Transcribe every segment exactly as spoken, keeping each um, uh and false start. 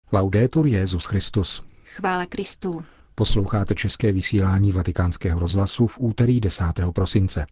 Laudetur Jesus Christus. Chvála Kristu. Posloucháte české vysílání Vatikánského rozhlasu v úterý desátého prosince.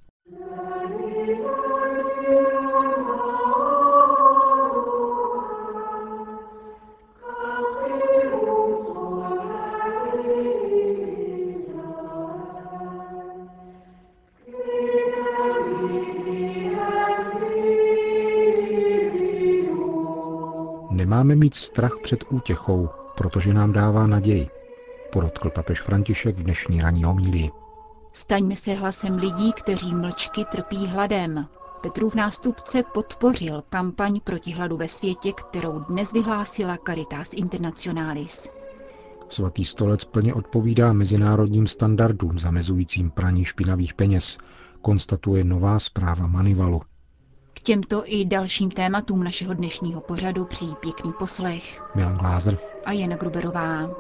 Nemáme mít strach před útěchou, protože nám dává naději, podotkl papež František v dnešní ranní homílii. Staňme se hlasem lidí, kteří mlčky trpí hladem. Petrův nástupce podpořil kampaň proti hladu ve světě, kterou dnes vyhlásila Caritas Internationalis. Svatý stolec plně odpovídá mezinárodním standardům zamezujícím praní špinavých peněz, konstatuje nová zpráva Manivalu. K těmto i dalším tématům našeho dnešního pořadu přijí pěkný poslech Milan Glázer a Jana Gruberová.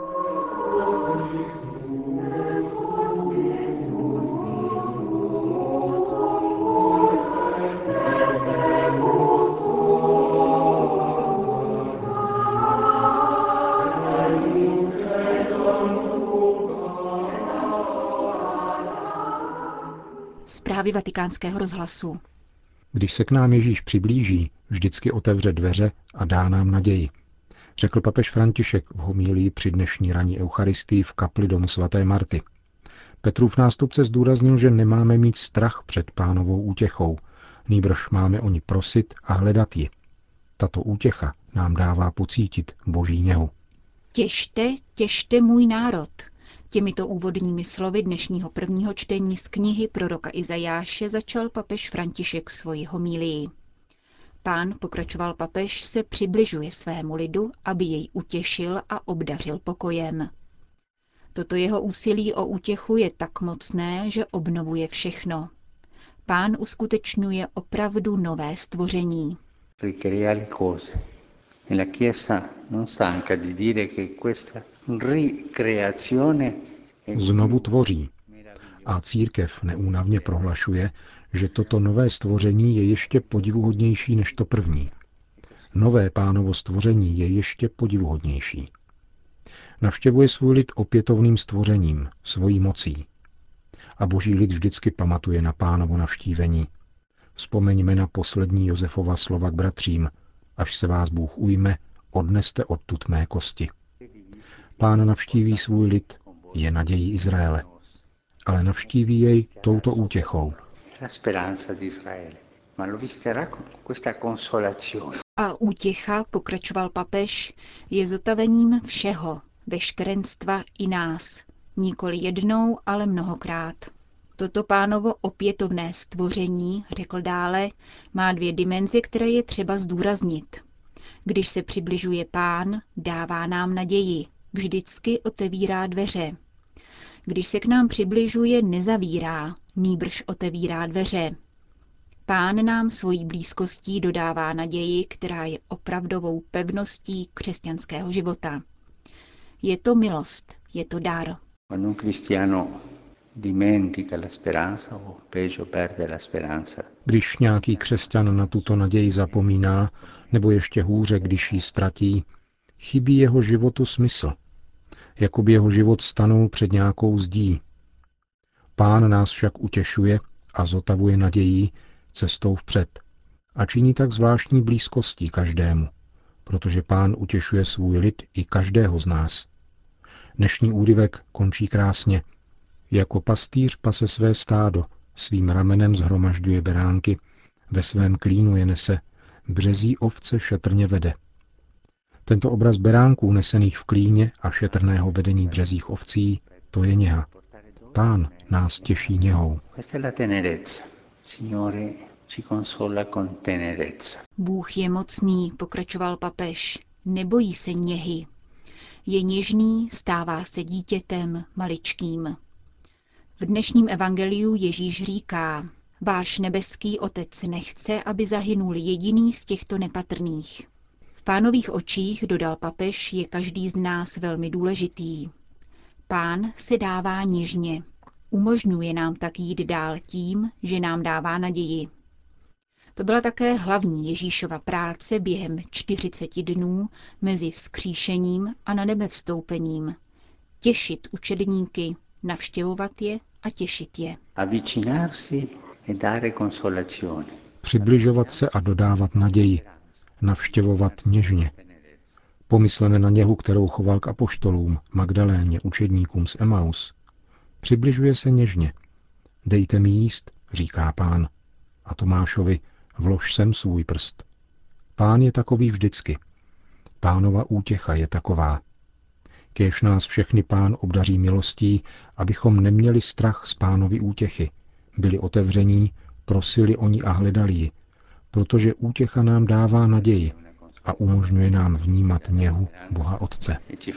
Zprávy Vatikánského rozhlasu. Když se k nám Ježíš přiblíží, vždycky otevře dveře a dá nám naději, řekl papež František v homílii při dnešní ranní eucharistii v kapli domu svaté Marty. Petrův nástupce zdůraznil, že nemáme mít strach před Pánovou útěchou, nýbrž máme o ní prosit a hledat ji. Tato útěcha nám dává pocítit Boží něhu. Těšte, těšte můj národ. Těmito úvodními slovy dnešního prvního čtení z knihy proroka Izajáše začal papež František svoji homílii. Pán, pokračoval papež, se přibližuje svému lidu, aby jej utěšil a obdařil pokojem. Toto jeho úsilí o útěchu je tak mocné, že obnovuje všechno. Pán uskutečňuje opravdu nové stvoření. La Chiesa non stanca di dire che questa ricreazione Znovu tvoří. A církev neúnavně prohlašuje, že toto nové stvoření je ještě podivuhodnější než to první. Nové Pánovo stvoření je ještě podivuhodnější. Navštěvuje svůj lid opětovným stvořením, svojí mocí. A Boží lid vždycky pamatuje na Pánovo navštívení. Vzpomeňme na poslední Josefova slova k bratřím. Až se vás Bůh ujme, odneste odtud mé kosti. Pán navštíví svůj lid, je nadějí Izraele. Ale navštíví jej touto útěchou. A útěcha, pokračoval papež, je zotavením všeho, veškerenstva i nás. Nikoli jednou, ale mnohokrát. Toto Pánovo opětovné stvoření, řekl dále, má dvě dimenze, které je třeba zdůraznit. Když se přibližuje Pán, dává nám naději, vždycky otevírá dveře. Když se k nám přibližuje, nezavírá, nýbrž otevírá dveře. Pán nám svojí blízkostí dodává naději, která je opravdovou pevností křesťanského života. Je to milost, je to dar. Když nějaký křesťan na tuto naději zapomíná, nebo ještě hůře, když ji ztratí, chybí jeho životu smysl. Jakoby jeho život stanul před nějakou zdí. Pán nás však utěšuje a zotavuje nadějí cestou vpřed. A činí tak zvláštní blízkostí každému, protože Pán utěšuje svůj lid i každého z nás. Dnešní úryvek končí krásně. Jako pastýř pase své stádo, svým ramenem shromažďuje beránky, ve svém klínu je nese, březí ovce šetrně vede. Tento obraz beránků nesených v klíně a šetrného vedení březích ovcí, to je něha. Pán nás těší něhou. Bůh je mocný, pokračoval papež, nebojí se něhy. Je něžný, stává se dítětem, maličkým. V dnešním evangeliu Ježíš říká, váš nebeský Otec nechce, aby zahynul jediný z těchto nepatrných. V Pánových očích, dodal papež, je každý z nás velmi důležitý. Pán se dává něžně. Umožňuje nám tak jít dál tím, že nám dává naději. To byla také hlavní Ježíšova práce během čtyřiceti dnů mezi vzkříšením a na nebe vstoupením. Těšit učedníky, navštěvovat je a těšit je. Přibližovat se a dodávat naději, navštěvovat něžně. Pomysleme na něhu, kterou choval k apoštolům, Magdaléně, učedníkům z Emaus. Přibližuje se něžně. Dejte mi jíst, říká Pán. A Tomášovi, vlož sem svůj prst. Pán je takový vždycky. Pánova útěcha je taková. Kéž nás všechny Pán obdaří milostí, abychom neměli strach z Pánovy útěchy, byli otevření, prosili o ní a hledali ji, protože útěcha nám dává naději a umožňuje nám vnímat něhu Boha Otce.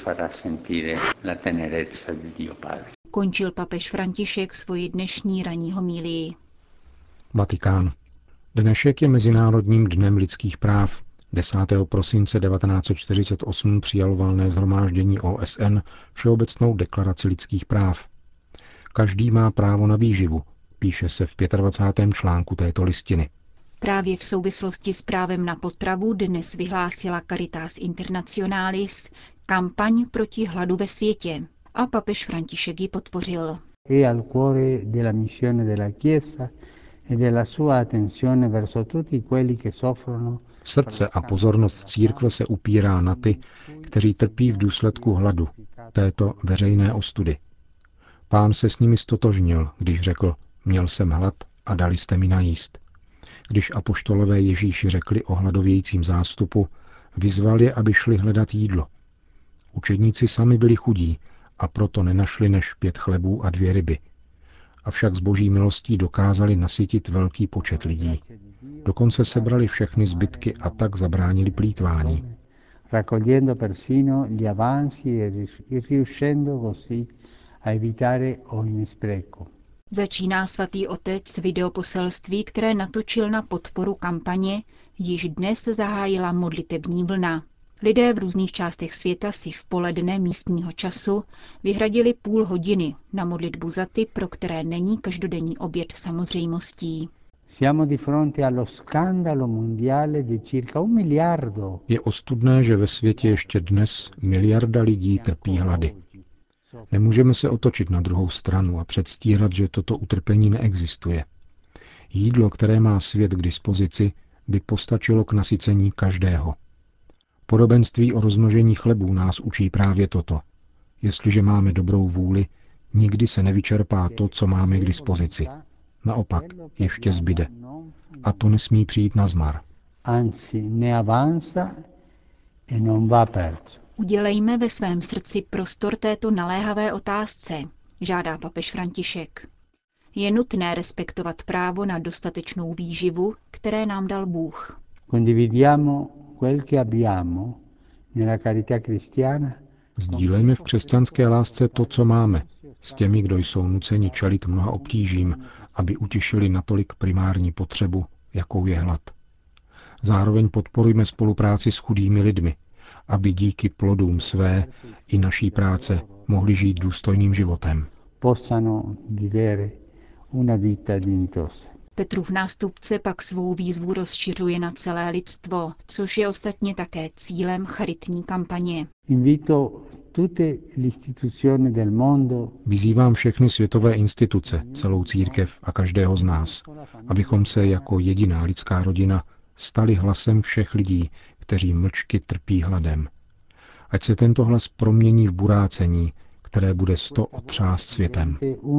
Končil papež František svoji dnešní ranní homílii. Vatikán. Dnešek je Mezinárodním dnem lidských práv. desátého prosince devatenáct set čtyřicet osm přijalo valné shromáždění O S N Všeobecnou deklaraci lidských práv. Každý má právo na výživu, píše se v dvacátém pátém článku této listiny. Právě v souvislosti s právem na potravu dnes vyhlásila Caritas Internationalis kampaň proti hladu ve světě a papež František ji podpořil. Srdce a pozornost církve se upírá na ty, kteří trpí v důsledku hladu, této veřejné ostudy. Pán se s nimi stotožnil, když řekl, měl jsem hlad a dali jste mi najíst. Když apoštolové Ježíši řekli o hladovějícím zástupu, vyzval je, aby šli hledat jídlo. Učedníci sami byli chudí a proto nenašli než pět chlebů a dvě ryby. Avšak z boží milostí dokázali nasytit velký počet lidí. Dokonce sebrali všechny zbytky a tak zabránili plýtvání. Začíná svatý otec videoposelství, které natočil na podporu kampaně, již dnes zahájila modlitební vlna. Lidé v různých částech světa si v poledne místního času vyhradili půl hodiny na modlitbu za ty, pro které není každodenní oběd samozřejmostí. Je ostudné, že ve světě ještě dnes miliarda lidí trpí hlady. Nemůžeme se otočit na druhou stranu a předstírat, že toto utrpení neexistuje. Jídlo, které má svět k dispozici, by postačilo k nasycení každého. Podobenství o rozmnožení chlebů nás učí právě toto. Jestliže máme dobrou vůli, nikdy se nevyčerpá to, co máme k dispozici. Naopak, ještě zbyde. A to nesmí přijít nazmar. Udělejme ve svém srdci prostor této naléhavé otázce, žádá papež František. Je nutné respektovat právo na dostatečnou výživu, které nám dal Bůh. Sdílejme v křesťanské lásce to, co máme, s těmi, kdo jsou nuceni čelit mnoha obtížím, aby utěšili natolik primární potřebu, jakou je hlad. Zároveň podporujme spolupráci s chudými lidmi, aby díky plodům své i naší práce mohli žít důstojným životem. Petrův nástupce pak svou výzvu rozšiřuje na celé lidstvo, což je ostatně také cílem charitní kampaně. Vyzývám všechny světové instituce, celou církev a každého z nás, abychom se jako jediná lidská rodina stali hlasem všech lidí, kteří mlčky trpí hladem. Ať se tento hlas promění v burácení, které bude sto otřást světem.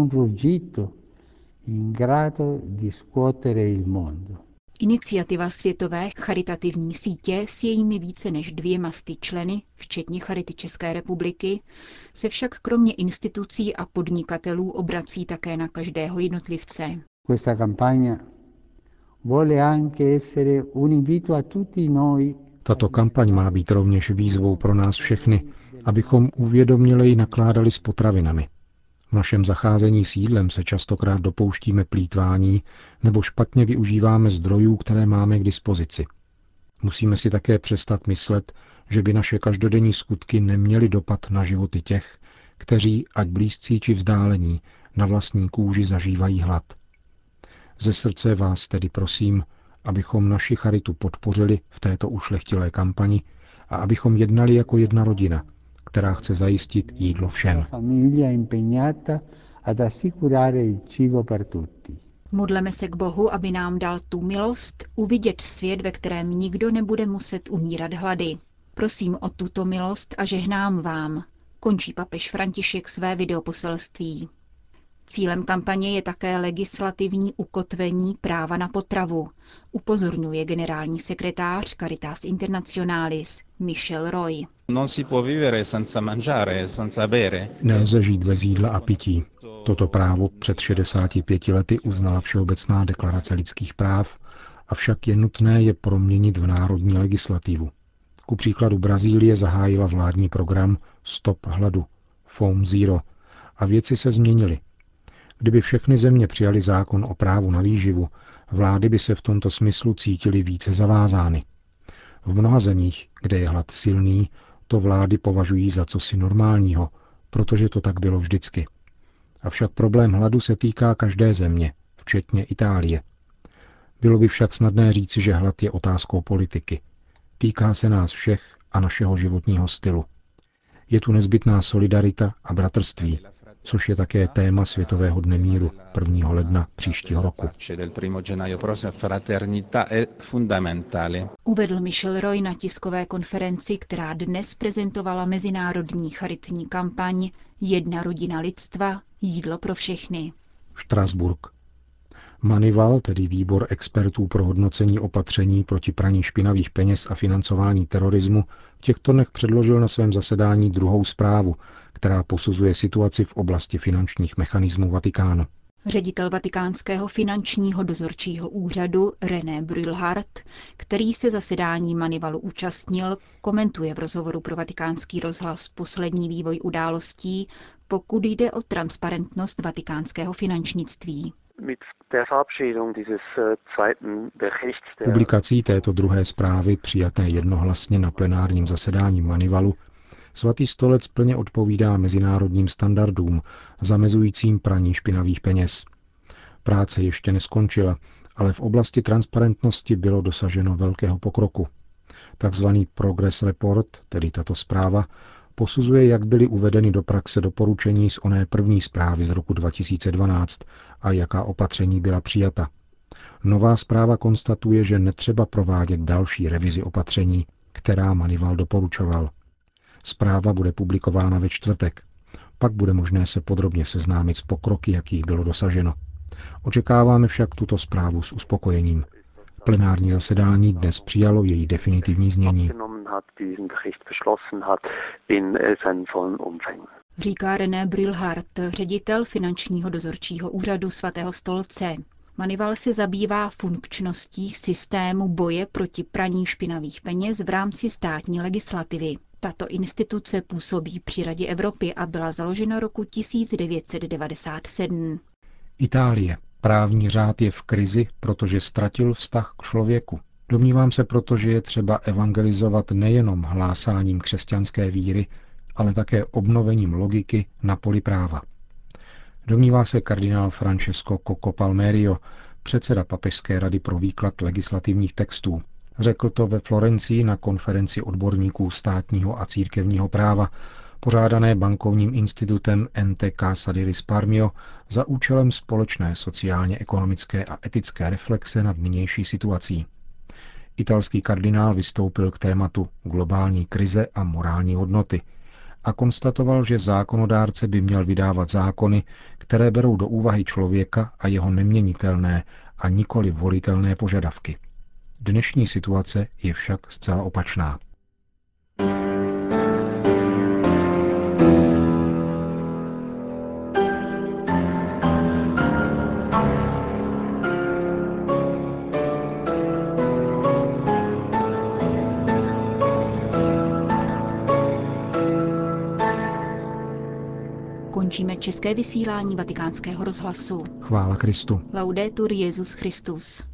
Iniciativa Světové charitativní sítě s jejími více než dvěma sty členy, včetně Charity České republiky, se však kromě institucí a podnikatelů obrací také na každého jednotlivce. Tato kampaň má být rovněž výzvou pro nás všechny, abychom uvědoměleji nakládali s potravinami. V našem zacházení s jídlem se častokrát dopouštíme plýtvání nebo špatně využíváme zdrojů, které máme k dispozici. Musíme si také přestat myslet, že by naše každodenní skutky neměly dopad na životy těch, kteří, ať blízcí či vzdálení, na vlastní kůži zažívají hlad. Ze srdce vás tedy prosím, abychom naši charitu podpořili v této ušlechtilé kampani a abychom jednali jako jedna rodina, která chce zajistit jídlo všem. Modleme se k Bohu, aby nám dal tu milost uvidět svět, ve kterém nikdo nebude muset umírat hlady. Prosím o tuto milost a žehnám vám, končí papež František své videoposelství. Cílem kampaně je také legislativní ukotvení práva na potravu, upozorňuje generální sekretář Caritas Internationalis Michel Roy. Nelze žít bez jídla a pití. Toto právo před šedesáti pěti lety uznala Všeobecná deklarace lidských práv, avšak je nutné je proměnit v národní legislativu. Ku příkladu Brazílie zahájila vládní program Stop hladu, Fome Zero, a věci se změnily. Kdyby všechny země přijaly zákon o právu na výživu, vlády by se v tomto smyslu cítily více zavázány. V mnoha zemích, kde je hlad silný, to vlády považují za cosi normálního, protože to tak bylo vždycky. Avšak problém hladu se týká každé země, včetně Itálie. Bylo by však snadné říci, že hlad je otázkou politiky. Týká se nás všech a našeho životního stylu. Je tu nezbytná solidarita a bratrství, což je také téma Světového dne míru prvního ledna příštího roku. Uvedl Michel Roy na tiskové konferenci, která dnes prezentovala mezinárodní charitní kampaň Jedna rodina lidstva, jídlo pro všechny. Štrasburk. Manival, tedy výbor expertů pro hodnocení opatření proti praní špinavých peněz a financování terorismu, v těchto dnech předložil na svém zasedání druhou zprávu, která posuzuje situaci v oblasti finančních mechanismů Vatikánu. Ředitel vatikánského finančního dozorčího úřadu René Brühlhardt, který se zasedání Manivalu účastnil, komentuje v rozhovoru pro Vatikánský rozhlas poslední vývoj událostí, pokud jde o transparentnost vatikánského finančnictví. Publikací této druhé zprávy, přijaté jednohlasně na plenárním zasedání Manivalu, Svatý stolec plně odpovídá mezinárodním standardům zamezujícím praní špinavých peněz. Práce ještě neskončila, ale v oblasti transparentnosti bylo dosaženo velkého pokroku. Takzvaný Progress Report, tedy tato zpráva, posuzuje, jak byly uvedeny do praxe doporučení z oné první zprávy z roku dva tisíce dvanáct a jaká opatření byla přijata. Nová zpráva konstatuje, že netřeba provádět další revizi opatření, která Manival doporučoval. Zpráva bude publikována ve čtvrtek. Pak bude možné se podrobně seznámit s pokroky, jakých bylo dosaženo. Očekáváme však tuto zprávu s uspokojením. Plenární zasedání dnes přijalo její definitivní znění. Říká René Brühlhardt, ředitel finančního dozorčího úřadu Svatého stolce. Manival se zabývá funkčností systému boje proti praní špinavých peněz v rámci státní legislativy. Tato instituce působí při Radě Evropy a byla založena roku tisíc devět set devadesát sedm. Itálie. Právní řád je v krizi, protože ztratil vztah k člověku. Domnívám se proto, že je třeba evangelizovat nejenom hlásáním křesťanské víry, ale také obnovením logiky na poli práva. Domnívá se kardinál Francesco Coco Palmerio, předseda Papežské rady pro výklad legislativních textů. Řekl to ve Florencii na konferenci odborníků státního a církevního práva, pořádané bankovním institutem Ente Casa di Risparmio za účelem společné sociálně-ekonomické a etické reflexe nad nynější situací. Italský kardinál vystoupil k tématu globální krize a morální hodnoty a konstatoval, že zákonodárce by měl vydávat zákony, které berou do úvahy člověka a jeho neměnitelné a nikoli volitelné požadavky. Dnešní situace je však zcela opačná. Končíme české vysílání Vatikánského rozhlasu. Chvála Kristu. Laudetur Jesus Christus.